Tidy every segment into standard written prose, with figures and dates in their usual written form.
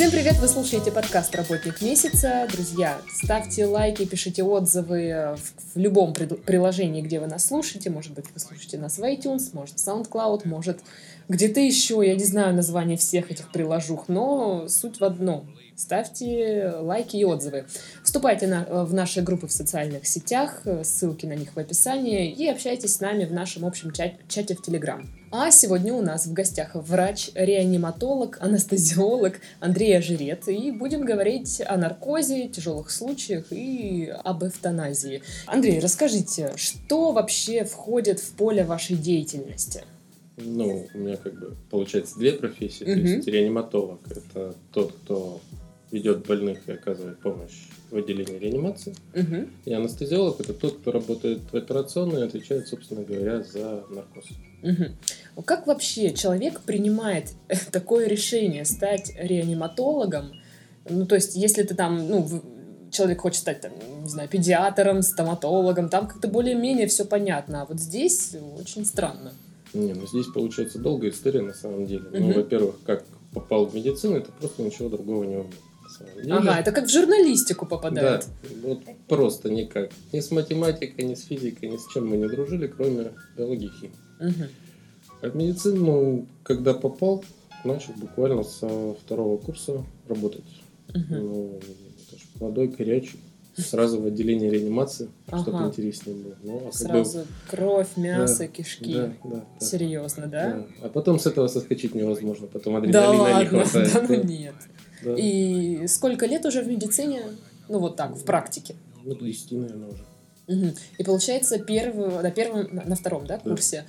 Всем привет! Вы слушаете подкаст «Работник месяца». Друзья, ставьте лайки, пишите отзывы в любом приложении, где вы нас слушаете. Может быть, вы слушаете нас в iTunes, может, в SoundCloud, может, где-то еще. Я не знаю название всех этих приложух, но суть в одном. Ставьте лайки и отзывы. Вступайте в наши группы в социальных сетях, ссылки на них в описании, и общайтесь с нами в нашем общем чате в Telegram. А сегодня у нас в гостях врач-реаниматолог, анестезиолог Андрей Ажирет, и будем говорить о наркозе, тяжелых случаях и об эвтаназии. Андрей, расскажите, что вообще входит в поле вашей деятельности? У меня получается две профессии. То есть реаниматолог – это тот, кто ведет больных и оказывает помощь в отделении реанимации. И анестезиолог – это тот, кто работает в операционной и отвечает, собственно говоря, за наркоз. Как вообще человек принимает такое решение стать реаниматологом? То есть, если ты человек хочет стать, педиатром, стоматологом, там как-то более-менее все понятно, а вот здесь очень странно. Здесь получается долгая история на самом деле. Во-первых, как попал в медицину, это просто ничего другого не умеет. Ага, это как в журналистику попадает. Да, просто никак. Ни с математикой, ни с физикой, ни с чем мы не дружили, кроме биологии и химии. А в медицину, когда попал, начал буквально со второго курса работать. Это же молодой, горячий. Сразу в отделении реанимации, чтобы интереснее было. Сразу кровь, мясо, кишки. Да. Серьезно, да? А потом с этого соскочить невозможно. Потом адреналина не хватает. Да, нет. Да. И сколько лет уже в медицине? В практике? 10, наверное, уже. И получается, на втором курсе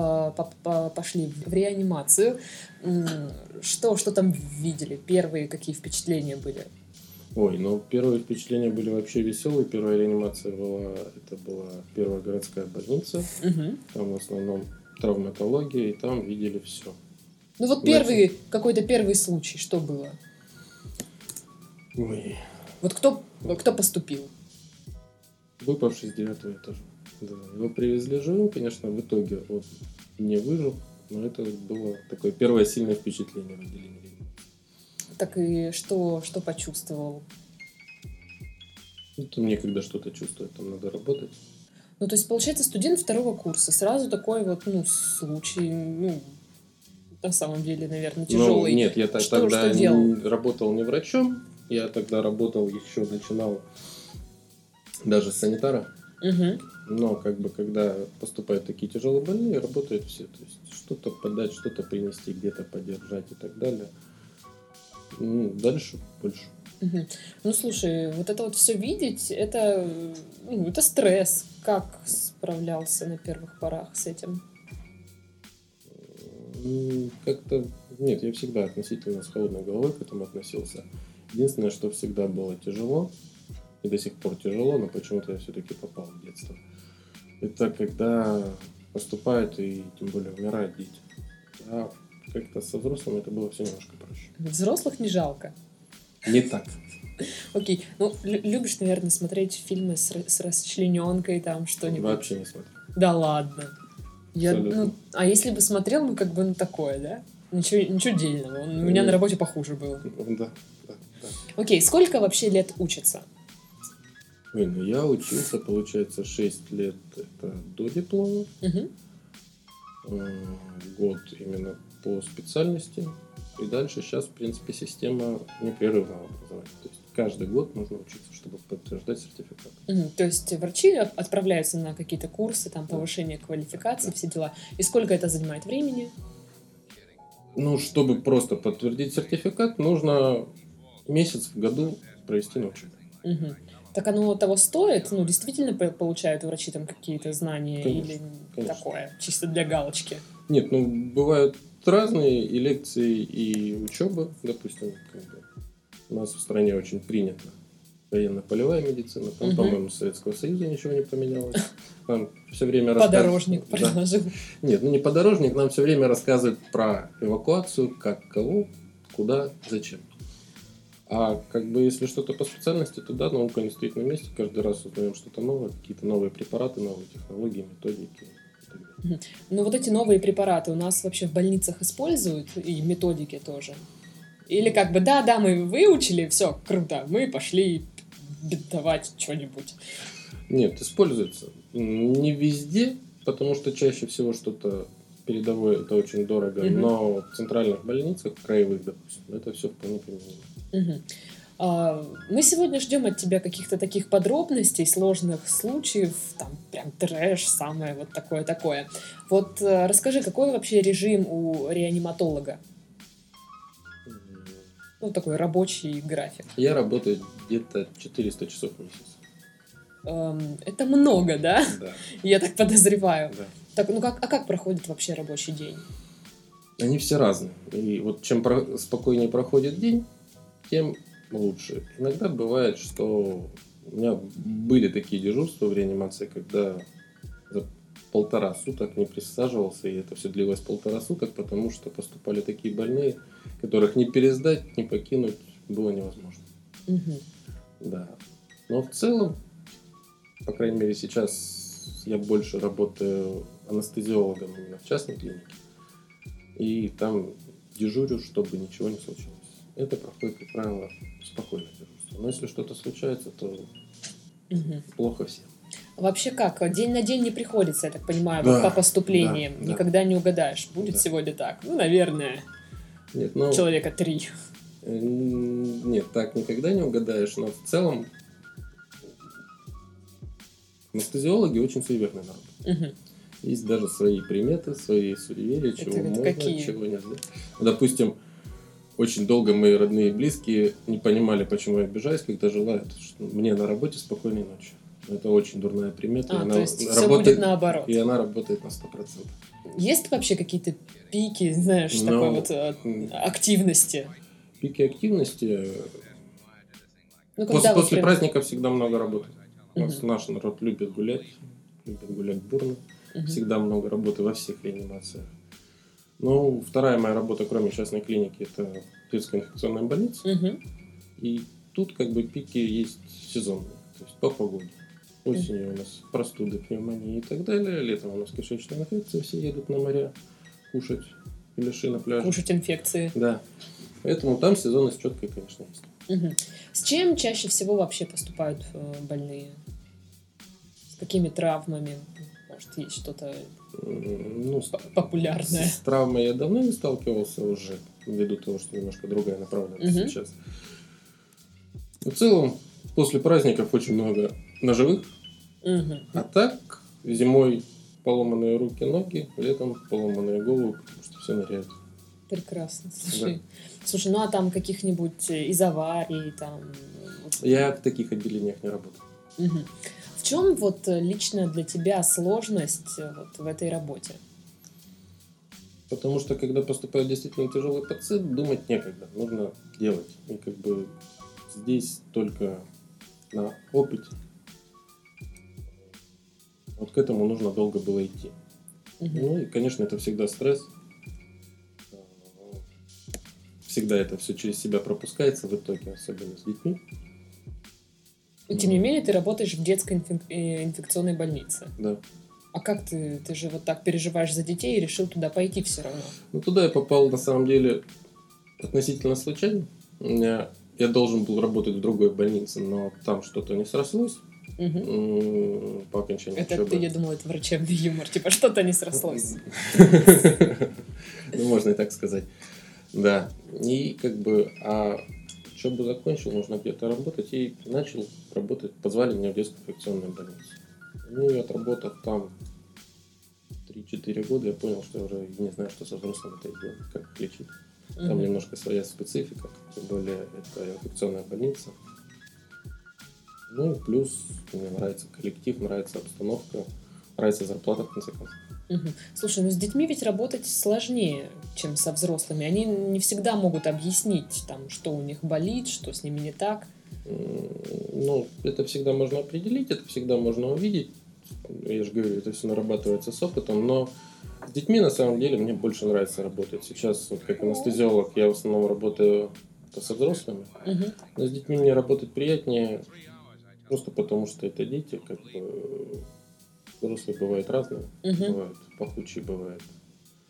пошли в реанимацию. Что там видели? Первые какие впечатления были? Первые впечатления были вообще веселые. Первая реанимация была первая городская больница. Там в основном травматология, и там видели все. Какой-то первый случай, что было? Кто поступил? Выпавший с 9-го этажа. Да. Его привезли живым, конечно, в итоге он не выжил, но это было такое первое сильное впечатление в отделении. Так и что почувствовал? Это некогда что-то чувствовать, там надо работать. То есть, получается, студент второго курса, сразу такой случай, на самом деле, наверное, тяжелый. Нет, я тогда работал не врачом, я тогда работал, еще начинал даже с санитара. Но когда поступают такие тяжелые больные, работают все. То есть что-то подать, что-то принести, где-то подержать и так далее. Дальше больше. Слушай, это все видеть, это стресс. Как справлялся на первых порах с этим? Нет, я всегда относительно с холодной головой к этому относился. Единственное, что всегда было тяжело, и до сих пор тяжело, но почему-то я все-таки попал в детство. Это когда поступают и тем более умирают дети. А как-то со взрослыми это было все немножко проще. Взрослых не жалко? Не так. Окей. Любишь, наверное, смотреть фильмы с расчлененкой, там что-нибудь? Вообще не смотрю. Да ладно. А если бы смотрел, такое, да? Ничего дельного. У меня на работе похуже было. Да. Окей, сколько вообще лет учатся? Я учился, получается, 6 лет это до диплома. Год именно по специальности. И дальше сейчас, в принципе, система непрерывного образования. То есть каждый год нужно учиться, чтобы подтверждать сертификат. То есть врачи отправляются на какие-то курсы, повышение квалификации, все дела. И сколько это занимает времени? Чтобы просто подтвердить сертификат, нужно месяц в году провести на учебе. Так оно того стоит? Действительно получают врачи там какие-то знания? Конечно, или конечно. Такое, чисто для галочки? Нет, бывают разные и лекции, и учеба. Допустим, у нас в стране очень принято военно-полевая медицина. Там, по-моему, с Советского Союза ничего не поменялось. Нам все время подорожник предложил. Нет, не подорожник. Нам все время рассказывают про эвакуацию, как, кого, куда, зачем. А если что-то по специальности, то да, наука не стоит на месте. Каждый раз узнаем что-то новое, какие-то новые препараты, новые технологии, методики. Эти новые препараты у нас вообще в больницах используют, и методики тоже? Или как бы, да, мы выучили, все, круто, мы пошли бинтовать что-нибудь. Нет, используется. Не везде, потому что чаще всего что-то передовое, это очень дорого, но в центральных больницах, краевых, допустим, это все вполне применимо. Мы сегодня ждем от тебя каких-то таких подробностей, сложных случаев, там прям трэш, самое вот такое. Вот расскажи, какой вообще режим у реаниматолога? Ну, такой рабочий график. Я работаю где-то 400 часов в месяц. Это много, да? Да. Я так подозреваю. Да. Так, ну как проходит вообще рабочий день? Они все разные. И вот чем спокойнее проходит день, тем лучше. Иногда бывает, что у меня были такие дежурства в реанимации, когда за 1,5 суток не присаживался, и это все длилось 1,5 суток, потому что поступали такие больные, которых не пересдать, не покинуть было невозможно. Да. Но в целом, по крайней мере, сейчас я больше работаю анестезиологом именно в частной клинике. И там дежурю, чтобы ничего не случилось. Это проходит, как правило, спокойно дежурство. Но если что-то случается, то плохо всем. Вообще как? День на день не приходится, я так понимаю, да, по поступлениям. Да. Никогда не угадаешь. Будет сегодня так? Ну, наверное, Нет, человека 3. Нет, так никогда не угадаешь, но в целом анестезиологи очень суеверный народ. Есть даже свои приметы, свои суеверия, чего можно, какие? чего нельзя. Допустим, очень долго мои родные и близкие не понимали, почему я обижаюсь, когда желают мне на работе спокойной ночи. Это очень дурная примета. То есть все будет наоборот. И она работает на 100%. Есть вообще какие-то пики, знаешь, такой вот активности? Пики активности... Когда после праздника всегда много работы. Наш народ любит гулять бурно. Всегда много работы во всех реанимациях. Ну, вторая моя работа, кроме частной клиники, это детская инфекционная больница. И тут как бы пики есть сезонные, то есть по погоде. Осенью у нас простуды, пневмонии и так далее. Летом у нас кишечная инфекция, все едут на моря кушать беляши на пляже. Кушать инфекции. Да. Поэтому там сезонность четкая, конечно, есть. С чем чаще всего вообще поступают больные? С какими травмами? Может, есть что-то популярное? С травмой я давно не сталкивался уже, ввиду того, что немножко другая направленность сейчас. В целом, после праздников очень много ножевых. А так, зимой поломанные руки, ноги, летом поломанные головы, потому что все ныряют. Прекрасно. Слушай, ну а там каких-нибудь из аварий там... Я в таких отделениях не работаю. В чем вот лично для тебя сложность вот в этой работе? Потому что, когда поступает действительно тяжелый пациент, думать некогда, нужно делать. И как бы здесь только на опыте. Вот к этому нужно долго было идти. Ну и, конечно, это всегда стресс. Всегда это все через себя пропускается в итоге, особенно с детьми. Тем не менее, ты работаешь в детской инфекционной больнице. Да. А как ты же вот так переживаешь за детей и решил туда пойти все равно? Ну, туда я попал, на самом деле, относительно случайно. Я должен был работать в другой больнице, но там что-то не срослось. По окончании учебы. Я думала, это врачебный юмор. Типа, что-то не срослось. Ну, можно и так сказать. Да. И как бы... Учебу закончил, нужно где-то работать, и начал работать. Позвали меня в детскую инфекционную больницу. Ну и отработав там 3-4 года, я понял, что я уже не знаю, что со взрослыми-то делать, как их лечить. Там немножко своя специфика, тем более это инфекционная больница. Ну, плюс мне нравится коллектив, нравится обстановка, нравится зарплата, в конце концов. Слушай, ну с детьми ведь работать сложнее, чем со взрослыми. Они не всегда могут объяснить, там, что у них болит, что с ними не так. Ну, это всегда можно определить, это всегда можно увидеть. Я же говорю, это все нарабатывается с опытом, но с детьми, на самом деле, мне больше нравится работать. Сейчас, вот как анестезиолог, я в основном работаю со взрослыми, но с детьми мне работать приятнее, просто потому что это дети, как бы... Взрослые бывают разные, бывают пахучие, бывают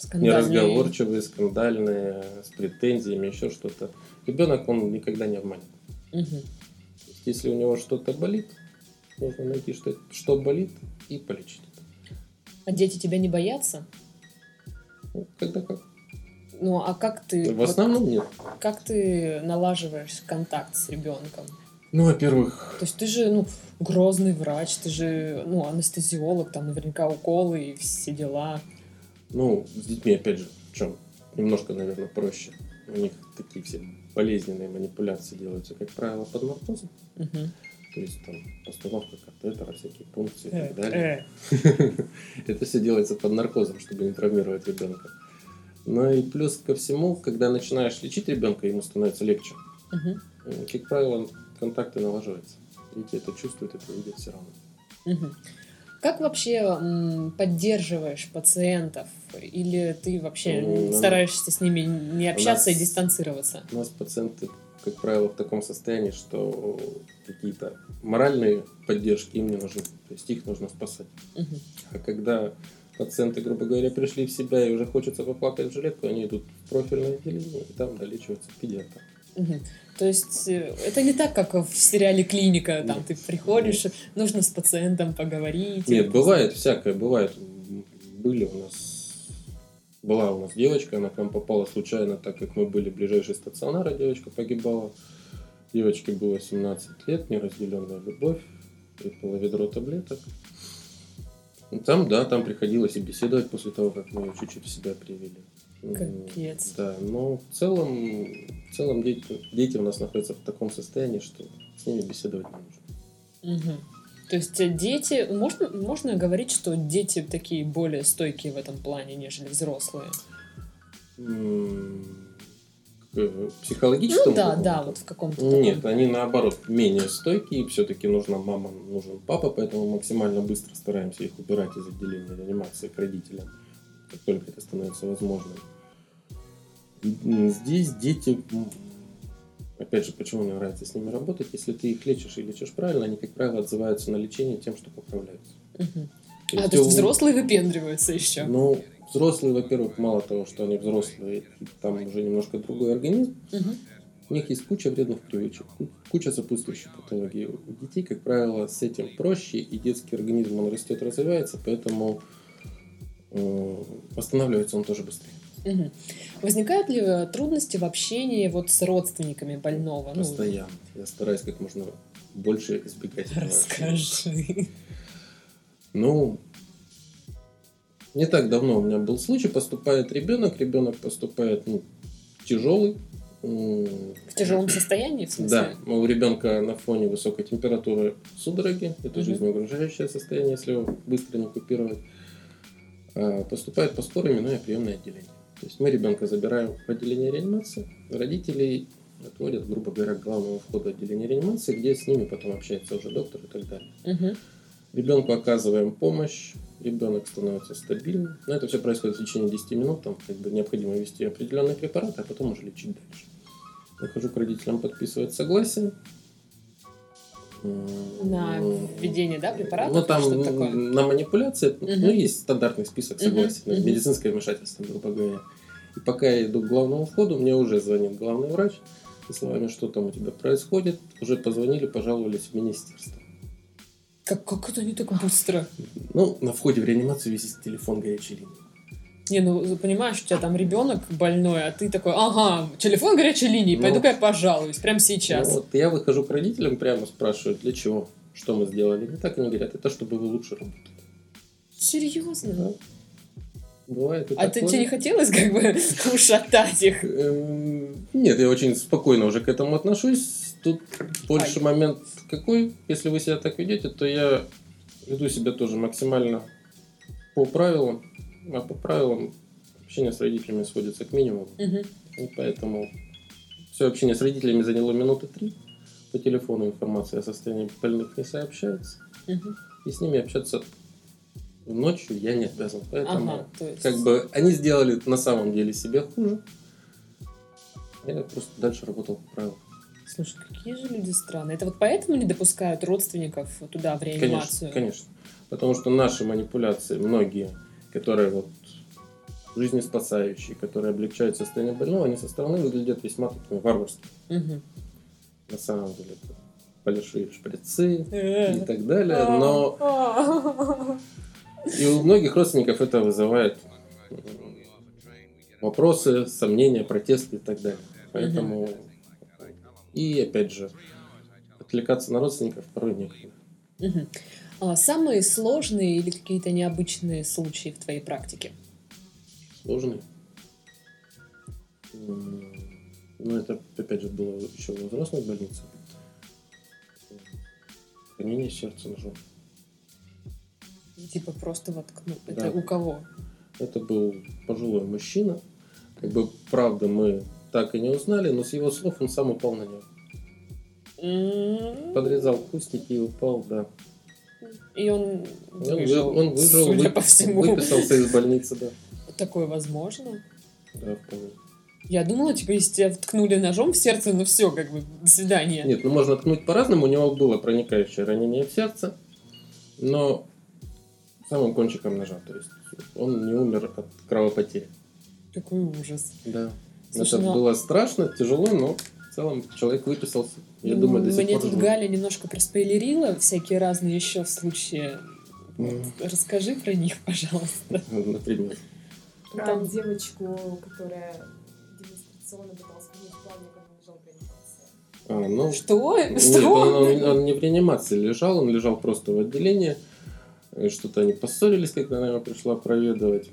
неразговорчивые, скандальные, с претензиями, еще что-то. Ребенок, он никогда не обманет. Угу. Если у него что-то болит, нужно найти, что болит, и полечить. А дети тебя не боятся? Ну, когда как. Ну, а как ты... В основном нет. Как ты налаживаешь контакт с ребенком? Ну, во-первых... То есть ты же, грозный врач, ты же, анестезиолог, там наверняка уколы и все дела. Ну, с детьми, опять же, в чем немножко, наверное, проще. У них такие все болезненные манипуляции делаются, как правило, под наркозом. Угу. То есть там постановка катетера, всякие пункции и так далее. Это все делается под наркозом, чтобы не травмировать ребенка. Ну и плюс ко всему, когда начинаешь лечить ребенка, ему становится легче. Как правило, контакты налаживаются. Дети это чувствуют, это видят все равно. Как вообще поддерживаешь пациентов? Или ты вообще стараешься с ними не общаться и дистанцироваться? У нас пациенты, как правило, в таком состоянии, что какие-то моральные поддержки им не нужны. То есть их нужно спасать. А когда пациенты, грубо говоря, пришли в себя и уже хочется поплакать в жилетку, они идут в профильное отделение и там долечиваются педиатр. То есть это не так, как в сериале «Клиника», там ты приходишь, нужно с пациентом поговорить. Нет, бывает всякое, бывает. Была у нас девочка, она к нам попала случайно, так как мы были ближайшие стационары, девочка погибала. Девочке было 17 лет, неразделенная любовь, выпила ведро таблеток. Там приходилось и беседовать после того, как мы ее чуть-чуть в себя привели. Капец. Да, но в целом дети у нас находятся в таком состоянии, что с ними беседовать не нужно. То есть дети, можно говорить, что дети такие более стойкие в этом плане, нежели взрослые? Психологически? Да, вот в каком-то таком. Нет, они наоборот менее стойкие, все-таки нужна мама, нужен папа, поэтому максимально быстро стараемся их убирать из отделения реанимации к родителям, как только это становится возможным. Здесь дети, опять же, почему мне нравится с ними работать, если ты их лечишь и лечишь правильно, они, как правило, отзываются на лечение тем, что поправляются. То есть взрослые выпендриваются еще? Ну, взрослые, во-первых, мало того, что они взрослые, там уже немножко другой организм, у них есть куча вредных привычек, куча сопутствующих патологий. У детей, как правило, с этим проще, и детский организм, он растет, развивается, поэтому восстанавливается он тоже быстрее. Возникают ли трудности в общении с родственниками больного? Постоянно. Я стараюсь как можно больше избегать этого. Расскажи. Не так давно у меня был случай, поступает ребенок поступает тяжелый. В тяжелом состоянии, в смысле? Да, у ребенка на фоне высокой температуры судороги, это жизнеугрожающее состояние, если его быстро не купировать. Поступает по скорой, минуя приемное отделение. То есть мы ребенка забираем в отделение реанимации, родителей отводят, грубо говоря, к главному входу отделения реанимации, где с ними потом общается уже доктор и так далее. Ребенку оказываем помощь, ребенок становится стабильным. Но это все происходит в течение 10 минут, там необходимо ввести определенные препараты, а потом уже лечить дальше. Выхожу к родителям подписывать согласие. На введение, препаратов? Там что такое? На манипуляции, есть стандартный список согласий, медицинское вмешательство, грубо говоря. И пока я иду к главному входу, мне уже звонит главный врач со словами, что там у тебя происходит. Уже позвонили, пожаловались в министерство. Как это не так быстро? На входе в реанимацию висит телефон горячей линии. Понимаешь, у тебя там ребенок больной, а ты такой, телефон горячей линии, пойду-ка я пожалуюсь, прямо сейчас. Я выхожу к родителям, прямо спрашиваю, для чего, что мы сделали. Не так они говорят, это чтобы вы лучше работали. Серьезно? Да. Бывает и такое. Тебе не хотелось ушатать их? Нет, я очень спокойно уже к этому отношусь. Тут больше момент какой, если вы себя так ведете, то я веду себя тоже максимально по правилам. А по правилам общение с родителями сводится к минимуму. И поэтому все общение с родителями заняло минуты 3. По телефону информация о состоянии больных не сообщается. И с ними общаться ночью я не обязан. Поэтому они сделали на самом деле себе хуже. Я просто дальше работал по правилам. Слушай, какие же люди странные. Это поэтому не допускают родственников туда, в реанимацию? Конечно. Потому что наши манипуляции, многие, которые жизнеспасающие, которые облегчают состояние больного, они со стороны выглядят весьма такими варварскими. На самом деле это большие шприцы и так далее, но и у многих родственников это вызывает вопросы, сомнения, протесты и так далее. Поэтому и опять же отвлекаться на родственников порой некогда. Самые сложные или какие-то необычные случаи в твоей практике? Сложный. Ну, это, опять же, было еще в взрослой больнице. Ранение сердца ножом. Типа просто воткнул. Да. Это у кого? Это был пожилой мужчина. Как бы, правда, мы так и не узнали, но с его слов он сам упал на него. Подрезал кустики и упал, да. И он выжил, судя по всему. Выписался из больницы, да. Такое возможно? Да, вполне. Я думала, типа, если тебя ткнули ножом в сердце, ну все, как бы, до свидания. Нет, ну можно ткнуть по-разному. У него было проникающее ранение в сердце, но самым кончиком ножа. То есть он не умер от кровопотери. Какой ужас. Да. Слушай, это было страшно, тяжело, но в целом человек выписался. Я думаю, до сих мне пор тут жив. Галя немножко проспойлерила всякие разные еще случаи. Расскажи про них, пожалуйста. Например. Про девочку, которая демонстрационно пыталась принять плавника, он лежал в реанимации. Что? Нет, он не в реанимации лежал, он лежал просто в отделении. И что-то они поссорились, когда она его пришла проведывать.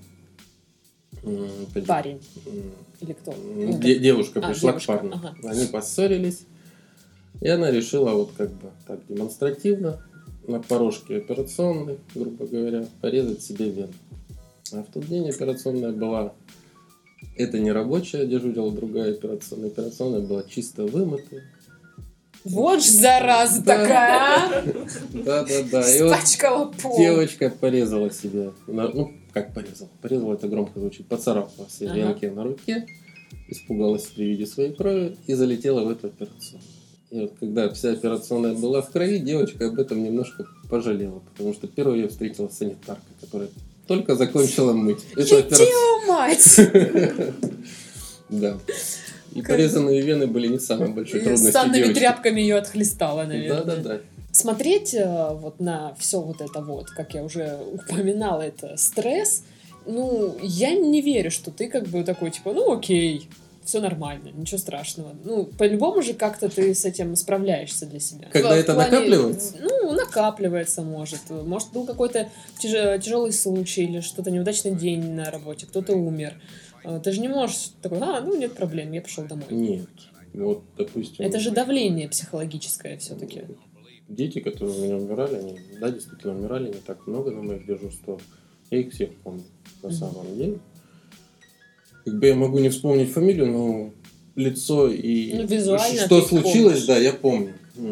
Парень. Или кто? Девушка пришла девушка. к парню. Ага. Они поссорились. И она решила вот как бы так демонстративно на порожке операционной, грубо говоря, порезать себе вену. А в тот день операционная была... Это не рабочая, дежурила другая операционная. Операционная была чисто вымытая. Вот ж зараза такая! Да. Спачкала пол. Девочка порезала себе... Ну, как порезала? Порезала, это громко звучит. Поцарапала себе венки на руке. Испугалась при виде своей крови и залетела в эту операционную. И вот когда вся операционная была в крови, девочка об этом немножко пожалела. Потому что первой ее встретила санитарка, которая только закончила мыть. Твою мать! Да. И порезанные вены были не самой большой трудностью санными девочки. тряпками ее отхлестала, наверное. Да. Смотреть вот на все вот это вот, как я уже упоминала, это стресс. Ну, я не верю, что ты как бы такой, типа, ну окей, все нормально, ничего страшного. Ну, по-любому же как-то ты с этим справляешься для себя. Когда это накапливается? Ну, накапливается, может. Может, был какой-то тяжелый случай или что-то, неудачный день на работе, кто-то умер. Ты же не можешь такой, нет проблем, я пошел домой. Нет. Вот, допустим... Это же давление психологическое все-таки. Дети, которые у меня умирали, они, да, действительно умирали не так много на моих дежурствах. Я их всех помню, на самом деле. Как бы я могу не вспомнить фамилию, но лицо и визуально что ты случилось, помнишь. да, я помню.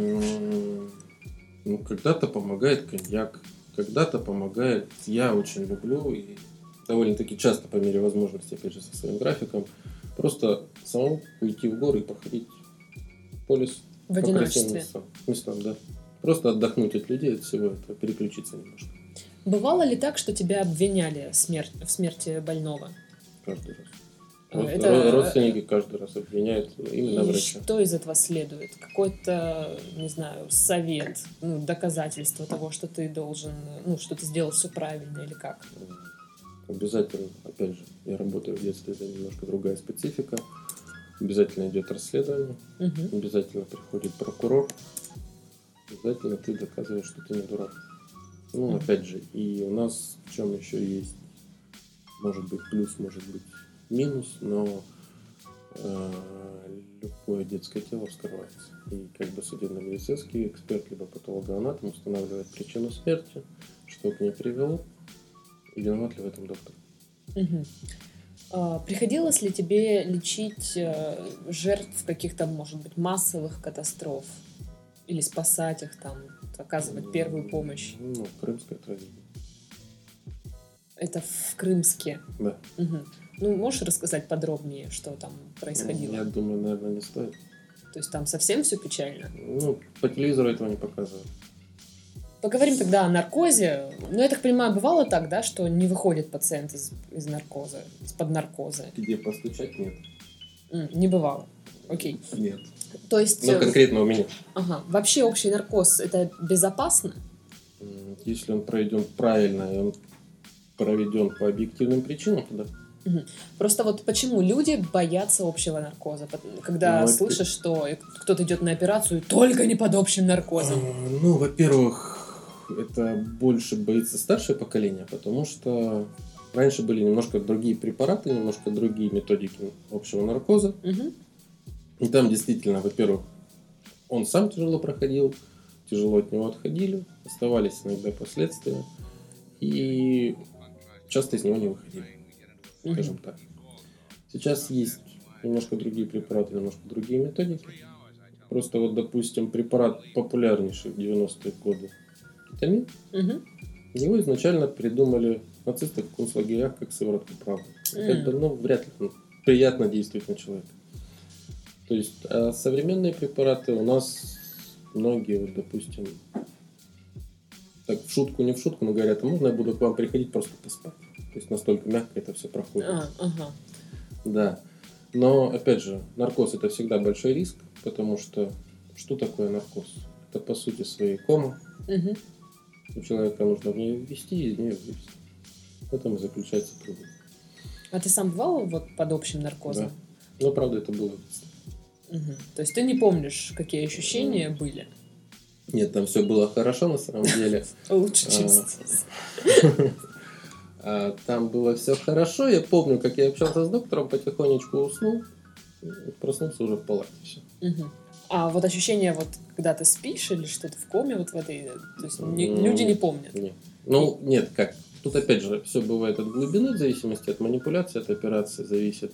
Ну, когда-то помогает коньяк, когда-то помогает... Я очень люблю и довольно-таки часто, по мере возможности, опять же, со своим графиком, просто самому уйти в горы и походить по лесу. В одиночестве. Местам, да. Просто отдохнуть от людей, от всего этого, переключиться немножко. Бывало ли так, что тебя обвиняли в смерти больного? Каждый раз. Родственники каждый раз обвиняют именно И врача. что из этого следует? Какой-то, не знаю, совет, доказательство того, что ты должен, что ты сделал все правильно или как? Обязательно, опять же, я работаю в детстве, это немножко другая специфика. Обязательно идет расследование, обязательно приходит прокурор, обязательно ты доказываешь, что ты не дурак. Опять же, и у нас в чем еще есть, может быть плюс, может быть минус, но любое детское тело вскрывается. И как бы судебно-медицинский эксперт, либо патологоанатом устанавливает причину смерти, что к ней привело, и виноват ли в этом доктор. Приходилось ли тебе лечить жертв каких-то, может быть, массовых катастроф? Или спасать их там, оказывать первую помощь? Крымская трагедия. Это в Крымске? Да. Можешь рассказать подробнее, что там происходило? Я думаю, наверное, не стоит. То есть там совсем все печально? По телевизору этого не показывают. поговорим тогда о наркозе. Ну, я так понимаю, бывало так, да, что не выходит пациент из наркоза, из-под наркоза? Где постучать? Нет. Не бывало. Окей. Нет. То есть... Ну, конкретно у меня. Ага. Вообще общий наркоз, это безопасно? Если он проведен правильно, и он проведен по объективным причинам, то да. Просто вот почему люди боятся общего наркоза, когда слышишь, что кто-то идет на операцию только не под общим наркозом? Ну, во-первых, это больше боится старшее поколение, потому что раньше были немножко другие препараты, немножко другие методики общего наркоза. И там действительно, во-первых, он сам тяжело проходил, тяжело от него отходили, оставались иногда последствия, и часто из него не выходили. Скажем так. Сейчас есть немножко другие препараты, немножко другие методики. Просто вот, допустим, препарат популярнейший в 90-е годы кетамин, его изначально придумали нацисты в концлагерях как сыворотку правды. Это, вряд ли приятно действует на человека. То есть, а современные препараты у нас многие, вот, допустим, так в шутку, не в шутку, но говорят, а можно я буду к вам приходить просто поспать? То есть настолько мягко это все проходит. Да. Но, опять же, наркоз это всегда большой риск, потому что такое наркоз? Это, по сути, своей кома. У человека нужно в нее ввести и из нее вывести. В этом и заключается трудность. А ты сам бывал вот под общим наркозом? Да. Но, правда, это было. То есть ты не помнишь, какие ощущения были? Нет, там все было хорошо на самом деле. Лучше, чем здесь. Там было все хорошо. Я помню, как я общался с доктором, потихонечку уснул. Проснулся уже в палате. Все. А вот ощущение, вот, когда ты спишь или что-то в коме вот в этой... То есть люди не помнят? Нет. Ну, нет, как? Тут опять же все бывает от глубины, в зависимости от манипуляции, от операции зависит.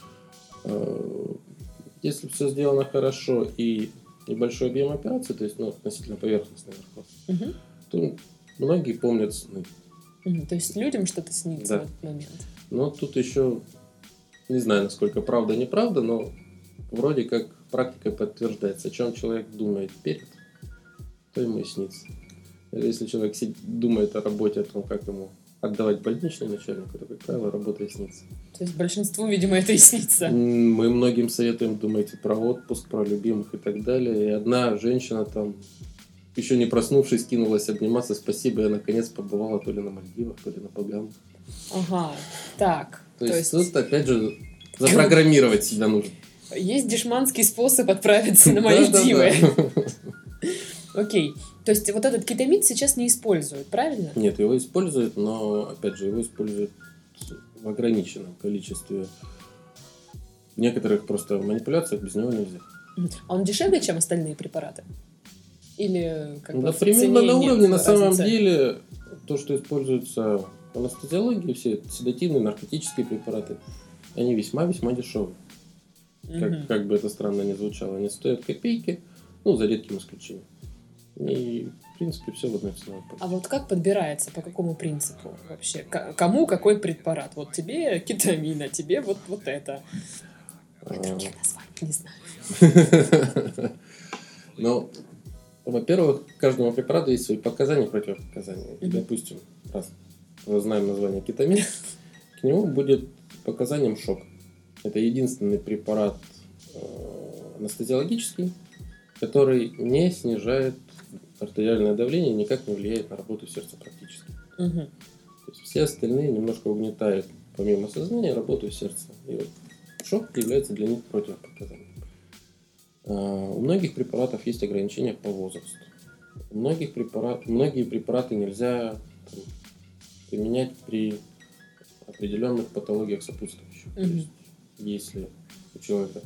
Если все сделано хорошо и небольшой объем операции, то есть относительно поверхностный наркоз, то многие помнят сны. То есть людям что-то снится в этот момент. Но тут еще не знаю, насколько правда, неправда, но вроде как практикой подтверждается. О чем человек думает перед, то ему и снится. Если человек думает о работе, о том, как ему отдавать больничный начальнику, то, как правило, работа и снится. То есть большинству, видимо, это и снится. Мы многим советуем думать про отпуск, про любимых и так далее. И одна женщина там, еще не проснувшись, кинулась обниматься. Спасибо, я наконец побывала то ли на Мальдивах, то ли на Багамах. Ага, так. То есть тут, опять же, запрограммировать себя нужно. Есть дешманский способ отправиться на Мальдивы. Окей. То есть вот этот кетамид сейчас не используют, правильно? Нет, его используют, но, опять же, его используют в ограниченном количестве. В некоторых просто манипуляциях без него нельзя. А он дешевле, чем остальные препараты? Или как бы примерно на уровне, на самом деле, то, что используется в анестезиологии, все седативные, наркотические препараты, они весьма-весьма дешевые. Как бы это странно ни звучало, они стоят копейки, за редким исключением. И, в принципе, все в одной ценовой полисе. А вот как подбирается, по какому принципу вообще? Кому какой препарат? Вот тебе кетамин, а тебе вот это. Других названий не знаю. Ну, во-первых, каждому препарату есть свои показания и противопоказания. И, допустим, раз мы знаем название кетамин, к нему будет показанием шок. Это единственный препарат анестезиологический, который не снижает артериальное давление, никак не влияет на работу сердца практически. То есть все остальные немножко угнетают, помимо сознания, работу сердца. И вот шок является для них противопоказанием. У многих препаратов есть ограничения по возрасту. Многие препараты нельзя применять при определенных патологиях сопутствующих. То есть, если у человека,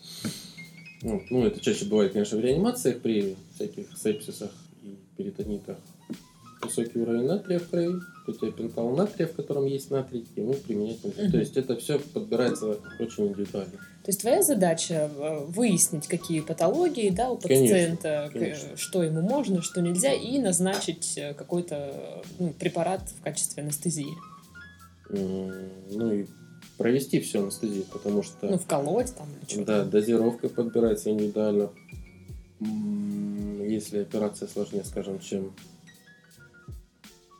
это чаще бывает, конечно, в реанимациях при всяких сепсисах и перитонитах, высокий уровень натрия в крови, то тебе пентал натрия, в котором есть натрий, ему применять нельзя. То есть это все подбирается очень индивидуально. То есть твоя задача выяснить, какие патологии у пациента, конечно. Что ему можно, что нельзя, и назначить какой-то препарат в качестве анестезии. И провести всю анестезию, потому что... вколоть там или что-то. Да, дозировка подбирается индивидуально. Если операция сложнее, скажем, чем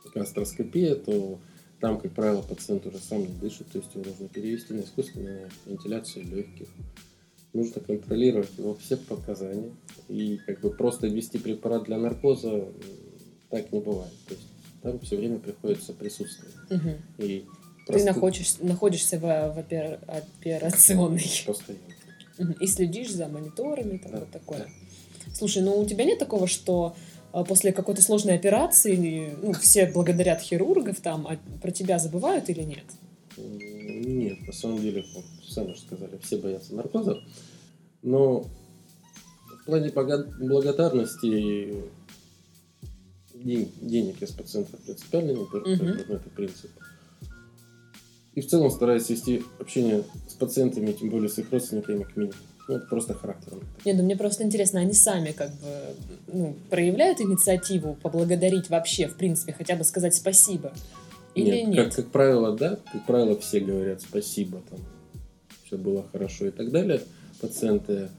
гастроскопия, то там, как правило, пациент уже сам не дышит, то есть его нужно перевести на искусственную вентиляцию легких. Нужно контролировать его все показания. И как бы просто ввести препарат для наркоза так не бывает. То есть там все время приходится присутствовать. Угу. И ты находишься в операционной. Постоянно. И следишь за мониторами, там, да, вот такое. Да. Слушай, ну у тебя нет такого, что после какой-то сложной операции все благодарят хирургов, там, а про тебя забывают или нет? Нет, на самом деле, сами же сказали, все боятся наркоза. Но в плане благодарности денег я с пациентов принципиально не беру, это принцип. И в целом стараюсь вести общение с пациентами, тем более с их родственниками, к минимуму. Это просто характером. Нет, ну мне просто интересно, они сами как бы проявляют инициативу поблагодарить вообще, в принципе, хотя бы сказать спасибо? Или нет? Как правило, да. Как правило, все говорят спасибо, там, все было хорошо и так далее. Пациенты,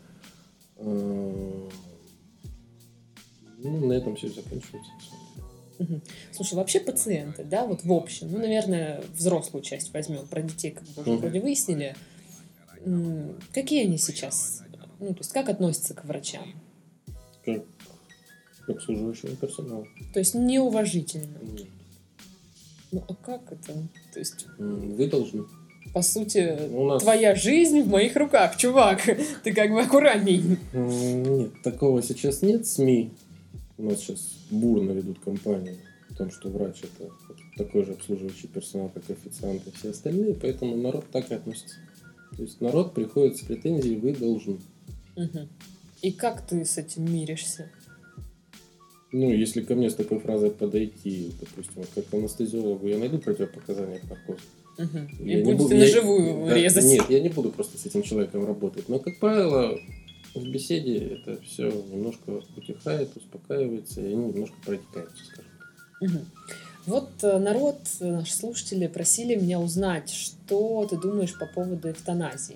на этом все заканчивается. Слушай, вообще пациенты, да, вот в общем, наверное, взрослую часть возьмем, про детей как бы уже вроде выяснили. Какие они сейчас? То есть как относятся к врачам? Как к обслуживающему персоналу. То есть неуважительно? Нет. Ну, а как это? То есть... Вы должны. По сути, твоя жизнь в моих руках, чувак. Ты как бы аккуратней. Нет, такого сейчас нет. СМИ у нас сейчас бурно ведут кампанию о том, что врач это такой же обслуживающий персонал, как официанты и все остальные, поэтому народ так и относится. То есть народ приходит с претензией «вы должны». И как ты с этим миришься? Если ко мне с такой фразой подойти, допустим, вот как анестезиологу, я найду противопоказания к наркозу. И будете наживую резать. Нет, я не буду просто с этим человеком работать. Но, как правило, в беседе это все немножко утихает, успокаивается, и они немножко протекаются, скажем так. Вот народ, наши слушатели просили меня узнать, что ты думаешь по поводу эвтаназии.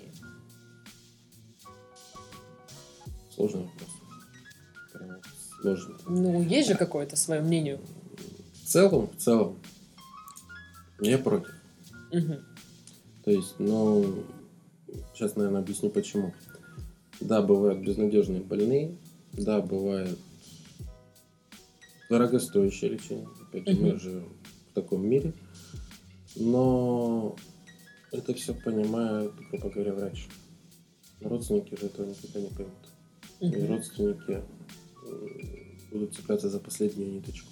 Сложный вопрос. Прям сложный. Есть же какое-то свое мнение. В целом, я против. То есть, сейчас, наверное, объясню почему. Да, бывают безнадежные больные, да, бывает дорогостоящее лечение. Опять же, мы живем в таком мире. Но это все понимает, грубо говоря, врач. Родственники же этого никогда не поймут. И родственники будут цепляться за последнюю ниточку.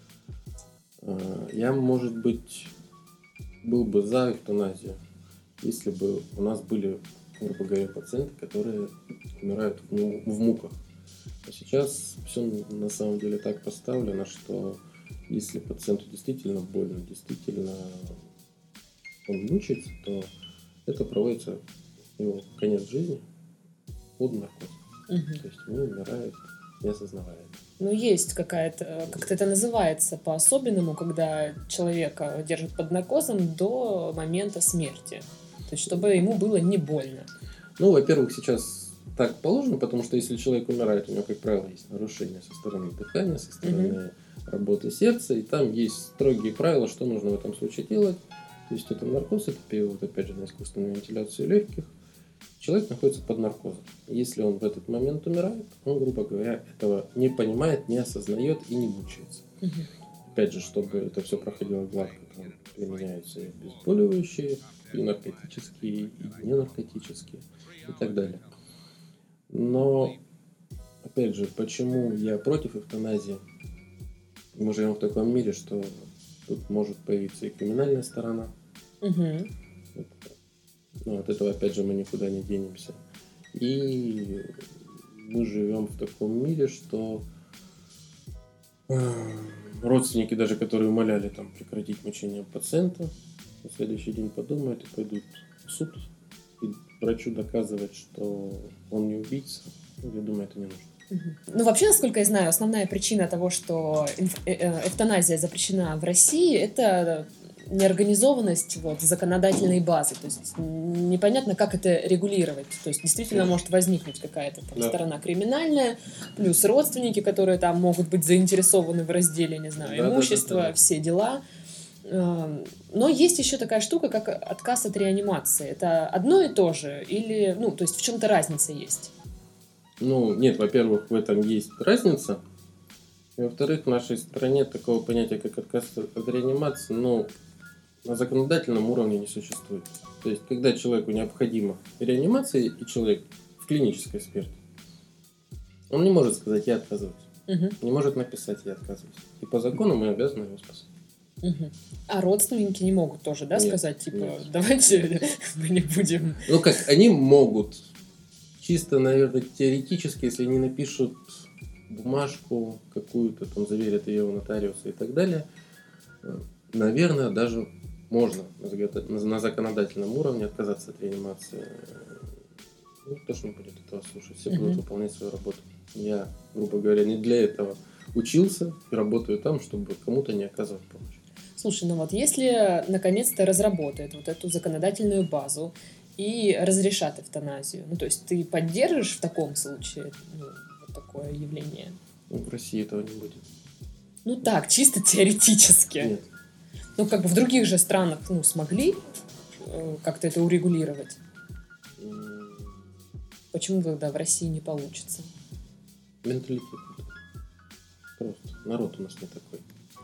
Я, может быть, был бы за эвтаназию, если бы у нас были, грубо говоря, пациенты, которые умирают в муках. А сейчас все на самом деле так поставлено, что если пациенту действительно больно, действительно он мучается, то это проводится его конец жизни под наркозом. То есть он умирает, не осознавая это. Есть какая-то, как-то это называется по-особенному, когда человека держат под наркозом до момента смерти. То есть, чтобы ему было не больно. Во-первых, сейчас так положено, потому что если человек умирает, у него, как правило, есть нарушение со стороны дыхания, со стороны работы сердца, и там есть строгие правила, что нужно в этом случае делать. То есть, это наркоз, это перевод, опять же, на искусственную вентиляцию легких. Человек находится под наркозом. Если он в этот момент умирает, он, грубо говоря, этого не понимает, не осознает и не мучается. Опять же, чтобы это все проходило гладко, там применяются и обезболивающие, и наркотические, и ненаркотические, и так далее. Но, опять же, почему я против эвтаназии? Мы живем в таком мире, что тут может появиться и криминальная сторона. От этого, опять же, мы никуда не денемся. И мы живем в таком мире, что родственники, даже которые умоляли прекратить мучение пациента, на следующий день подумают и пойдут в суд и врачу доказывать, что он не убийца. Я думаю, это не нужно. Вообще, насколько я знаю, основная причина того, что эвтаназия запрещена в России, это неорганизованность вот, законодательной базы. То есть непонятно, как это регулировать. То есть действительно может возникнуть какая-то там сторона криминальная, плюс родственники, которые там могут быть заинтересованы в разделе, не знаю, имущества, все дела. Но есть еще такая штука, как отказ от реанимации. Это одно и то же? Или, то есть в чем-то разница есть? Нет, во-первых, в этом есть разница. И, во-вторых, в нашей стране такого понятия, как отказ от реанимации, на законодательном уровне не существует. То есть, когда человеку необходима реанимация, и человек в клинической смерти, он не может сказать «я отказываюсь». Не может написать «я отказываюсь». И по закону мы обязаны его спасать. А родственники не могут тоже, сказать, давайте мы не будем... Они могут. Чисто, наверное, теоретически, если они напишут бумажку какую-то, там заверят ее у нотариуса и так далее, наверное, даже можно на законодательном уровне отказаться от реанимации. Кто ж не будет этого слушать? Все будут выполнять свою работу. Я, грубо говоря, не для этого учился и работаю там, чтобы кому-то не оказывать помощь. Слушай, если наконец-то разработают вот эту законодательную базу и разрешат эвтаназию, то есть ты поддержишь в таком случае вот такое явление? В России этого не будет. Так, чисто теоретически. Нет. В других же странах, смогли как-то это урегулировать. Почему тогда в России не получится? Менталитет. Просто. Народ у нас не такой.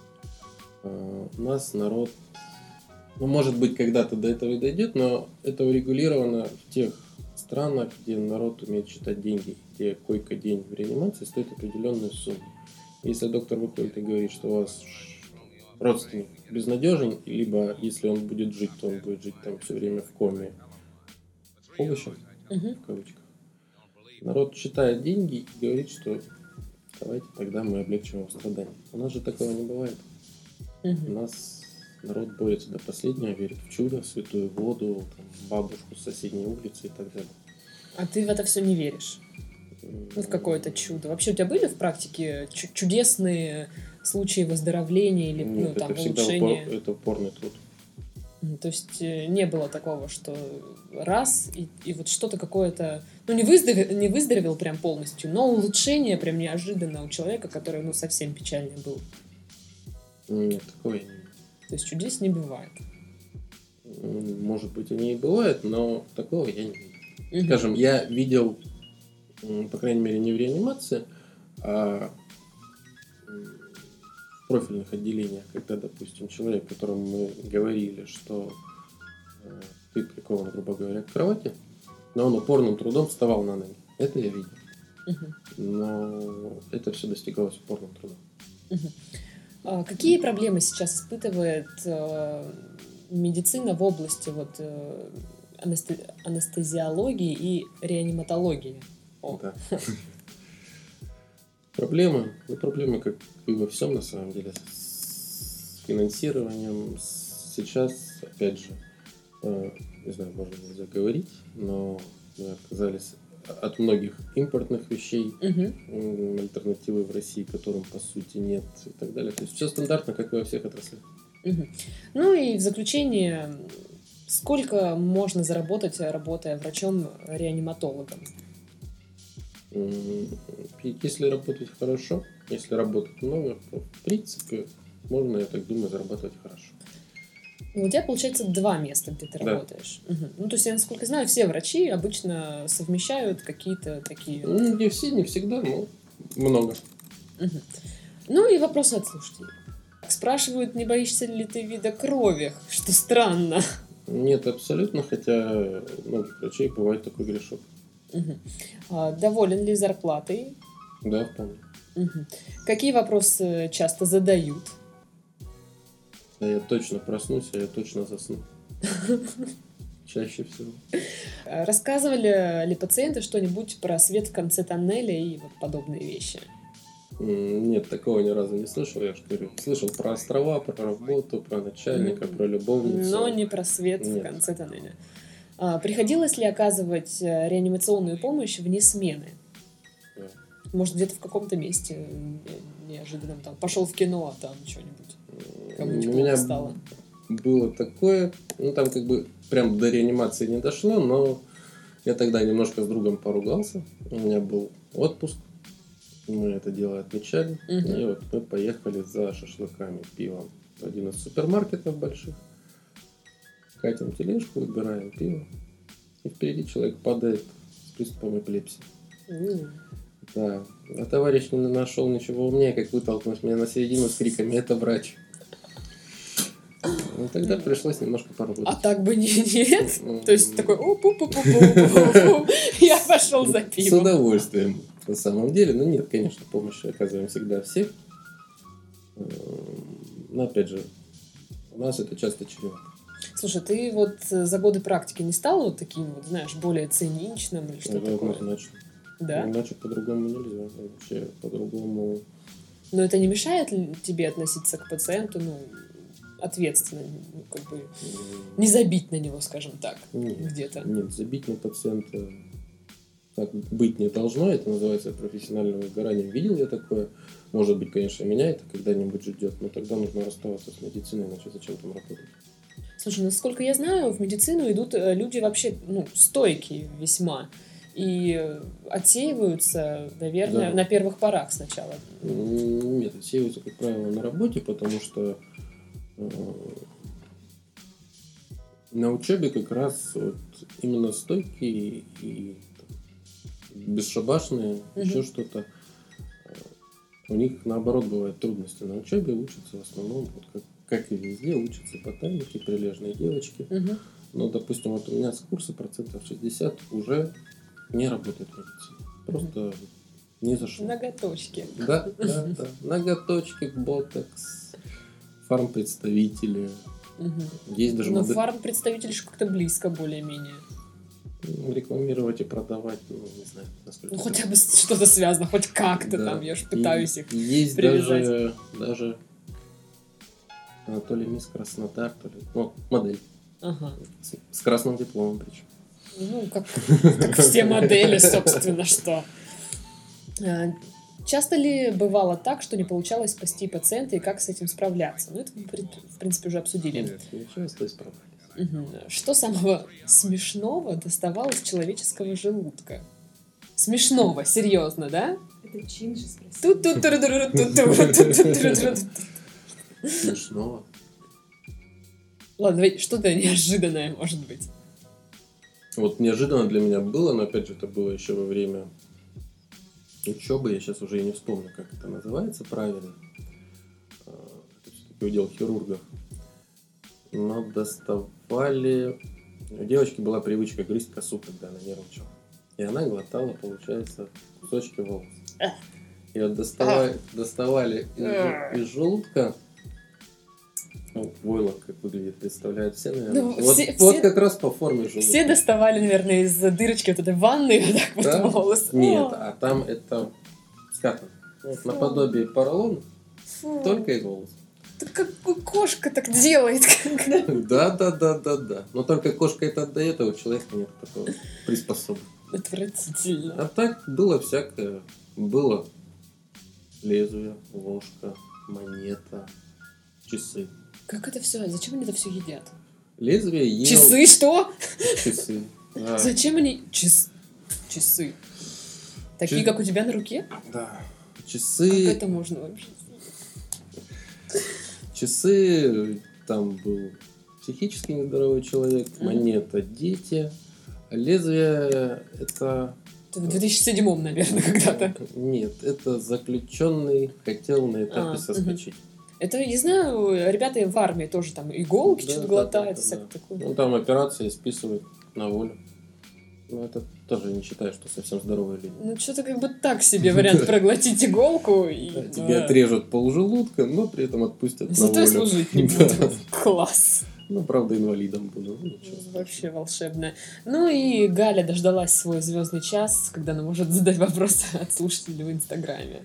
У нас народ... может быть, когда-то до этого и дойдет, но это урегулировано в тех странах, где народ умеет считать деньги, где койка-день в реанимации стоит определенную сумму. Если доктор выходит и говорит, что у вас родственник безнадежен, либо если он будет жить, то он будет жить там все время в коме овощем, в кавычках. Народ считает деньги и говорит, что давайте тогда мы облегчим его страдания. У нас же такого не бывает. У нас народ борется до последнего, верит в чудо, в святую воду, бабушку с соседней улицы и так далее. А ты в это все не веришь? В какое-то чудо. Вообще у тебя были в практике чудесные случаи выздоровления или Нет, это улучшения? Всегда это упорный труд. То есть не было такого, что раз и вот что-то какое-то... не выздоровел прям полностью, но улучшение прям неожиданно у человека, который совсем печальный был. Нет, такого я не видел. То есть чудес не бывает? Может быть, они и бывают, но такого я не видел. Скажем, я видел, по крайней мере, не в реанимации, а в профильных отделениях, когда, допустим, человек, которому мы говорили, что ты прикован, грубо говоря, к кровати, но он упорным трудом вставал на ноги. Это я видел. Но это все достигалось упорным трудом. Какие проблемы сейчас испытывает медицина в области анестезиологии и реаниматологии? Да. Проблемы, как и во всем на самом деле, с финансированием. Сейчас, опять же, не знаю, можно нельзя говорить, но мы отказались от многих импортных вещей, альтернативы в России, которым по сути нет и так далее. То есть все стандартно, как и во всех отраслях. И в заключение, сколько можно заработать, работая врачом-реаниматологом? Если работать хорошо, если работать много, то в принципе можно, я так думаю, зарабатывать хорошо. У тебя, получается, 2 места, где ты работаешь. То есть, я, насколько знаю, все врачи обычно совмещают какие-то такие... Не все, не всегда, но много. И вопросы от слушателей. Спрашивают, не боишься ли ты вида крови, что странно. Нет, абсолютно, хотя у многих врачей бывает такой грешок. Доволен ли зарплатой? Да, вполне. Какие вопросы часто задают? Да, я точно проснусь, а я точно засну. Чаще всего. Рассказывали ли пациенты что-нибудь про свет в конце тоннеля и подобные вещи? Нет, такого ни разу не слышал. Я же говорю, слышал про острова, про работу, про начальника, про любовницу. Но не про свет в конце тоннеля. Приходилось ли оказывать реанимационную помощь вне смены? Да. Может, где-то в каком-то месте неожиданно пошел в кино, а там что-нибудь кому-нибудь плохо стало? было такое, ну там как бы прям до реанимации не дошло, но я тогда немножко с другом поругался, у меня был отпуск, мы это дело отмечали, и вот мы поехали за шашлыками, пивом в один из супермаркетов больших, катим тележку, выбираем пиво, и впереди человек падает с приступом эпилепсии. Да. А товарищ не нашел ничего умнее, как вытолкнуть меня на середину с криками «Это врач!». Ну, тогда пришлось немножко поработать. А так бы нет? То есть такой я пошел за пивом. С удовольствием, на самом деле. Но нет, конечно, помощь оказываем всегда всех. Но опять же, у нас это часто чревато. Слушай, ты вот за годы практики не стал вот таким вот, знаешь, более циничным или что такое? Однозначно. Да? Иначе по-другому нельзя. Вообще по-другому. Но это не мешает ли тебе относиться к пациенту, ответственно, как бы не забить на него, скажем так, где-то? Нет, забить на пациента так быть не должно. Это называется профессиональным выгоранием. Видел я такое? Может быть, конечно, меня это когда-нибудь ждет, но тогда нужно расставаться с медициной, иначе зачем там работать? Слушай, насколько я знаю, в медицину идут люди вообще, стойкие весьма. И отсеиваются, наверное, на первых порах сначала. Нет, отсеиваются, как правило, на работе, потому что на учебе как раз вот именно стойкие и бесшабашные, еще что-то. У них, наоборот, бывают трудности. На учебе учатся в основном, вот как и везде, учатся ботаники, прилежные девочки. Но, допустим, вот у меня с курса 60% уже не работает в медицине. Просто не зашло. Ноготочки. Да. Ноготочки, ботокс, фармпредставители. Есть даже но фармпредставители же как-то близко более-менее. Рекламировать и продавать, не знаю, насколько. Хотя бы что-то связано, хоть как-то там, я же пытаюсь их есть привязать. Даже то ли мисс Краснодар, то ли модель. С красным дипломом причем. Как все модели, собственно, что. Часто ли бывало так, что не получалось спасти пациента и как с этим справляться? Это мы, в принципе, уже обсудили. Нет, не часто справлялись. Что самого смешного доставал из человеческого желудка? Смешного, серьезно, да? Это Чинджи спросил. Смешного? Ладно, что-то неожиданное, может быть. Вот неожиданно для меня было, но опять же это было еще во время учебы, я сейчас уже и не вспомню, как это называется правильно. Это все-таки удел хирургов. Но доставали... У девочки была привычка грызть косу, когда она нервничала. И она глотала, получается, кусочки волос. И вот доставали из желудка. Войлок как выглядит, представляют все, наверное. Вот как раз по форме желудка. Все доставали, наверное, из дырочки вот этой ванны вот так вот волос. Нет, а там это скатано. Наподобие поролона, только из волоса. Как кошка так делает. Да. Но только кошка это отдает, а у человека нет такого приспособления. Отвратительно. А так было всякое. Было лезвие, ложка, монета, часы. Как это все? Зачем они это все едят? Лезвие ел... Часы что? Часы. Да. Зачем они... Часы. Такие, как у тебя на руке? Да. Часы... Как это можно вообще? Часы, там был психически нездоровый человек, монета, дети, лезвие это... Это в 2007, наверное, когда-то. Нет, это заключенный хотел на этапе соскочить. Это, я знаю, ребята в армии тоже там иголки что-то глотают, всякое такое. Ну, там операции списывают на волю. Ну, это тоже не считаю, что совсем здоровые люди. Ну, что-то как бы так себе вариант проглотить иголку. Тебе отрежут полжелудка, но при этом отпустят на волю. Зато и служить не буду. Класс. Ну, правда, инвалидом буду. Вообще волшебно. Ну и Галя дождалась свой звездный час, когда она может задать вопросы от слушателей в Инстаграме.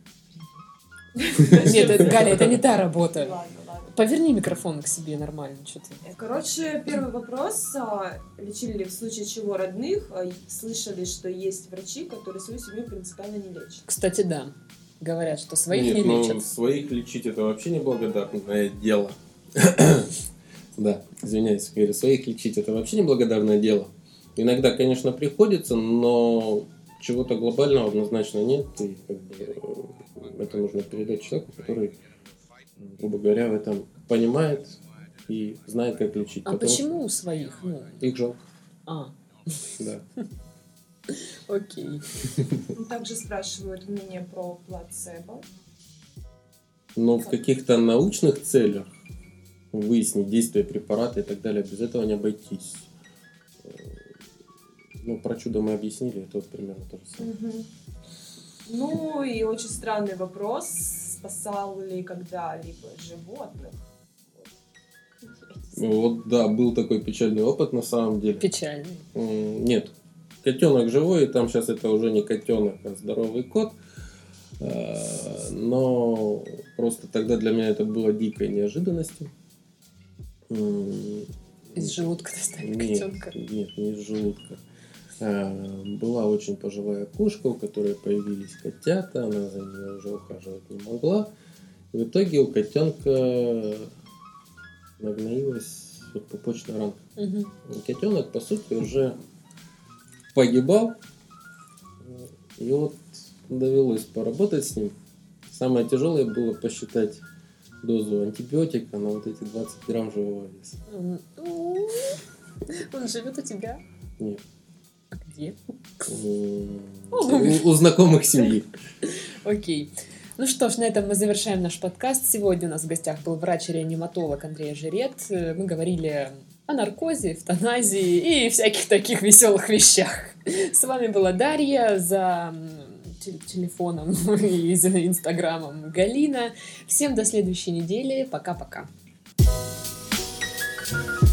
Нет, Галя, это не та работа. Ладно. Поверни микрофон к себе нормально, что-то. Короче, первый вопрос. Лечили ли в случае чего родных? Слышали, что есть врачи, которые свою семью принципиально не лечат? Кстати, да. Говорят, что своих Нет, не лечат. Своих лечить это вообще неблагодарное дело. Да, извиняюсь, говорю, своих лечить это вообще неблагодарное дело. Иногда, конечно, приходится, но чего-то глобального однозначно нет. И как бы, это нужно передать человеку, который, грубо говоря, в этом понимает и знает, как лечить. А почему у своих? Их жалко. Да. Окей. Также спрашивают мнение про плацебо. Но в каких-то научных целях выяснить действие препарата и так далее, без этого не обойтись. Про чудо мы объяснили, это вот примерно то же самое. И очень странный вопрос. Спасал ли когда-либо животных? Да, был такой печальный опыт на самом деле. Печальный? Нет. Котенок живой, и там сейчас это уже не котенок, а здоровый кот. Но просто тогда для меня это было дикой неожиданностью. Из желудка достали котенка? Нет, не из желудка. Была очень пожилая кошка, у которой появились котята, она за ними уже ухаживать не могла. И в итоге у котенка нагноилась пупочная ранка. И котенок, по сути, уже погибал. И вот довелось поработать с ним. Самое тяжелое было посчитать дозу антибиотика на вот эти 20 грамм живого веса. Он живет у тебя? Нет. А где? У знакомых семьи. Окей. Ну что ж, на этом мы завершаем наш подкаст. Сегодня у нас в гостях был врач-реаниматолог Андрей Жирет. Мы говорили о наркозе, эвтаназии и всяких таких веселых вещах. С вами была Дарья, за телефоном и за инстаграмом Галина. Всем до следующей недели. Пока-пока.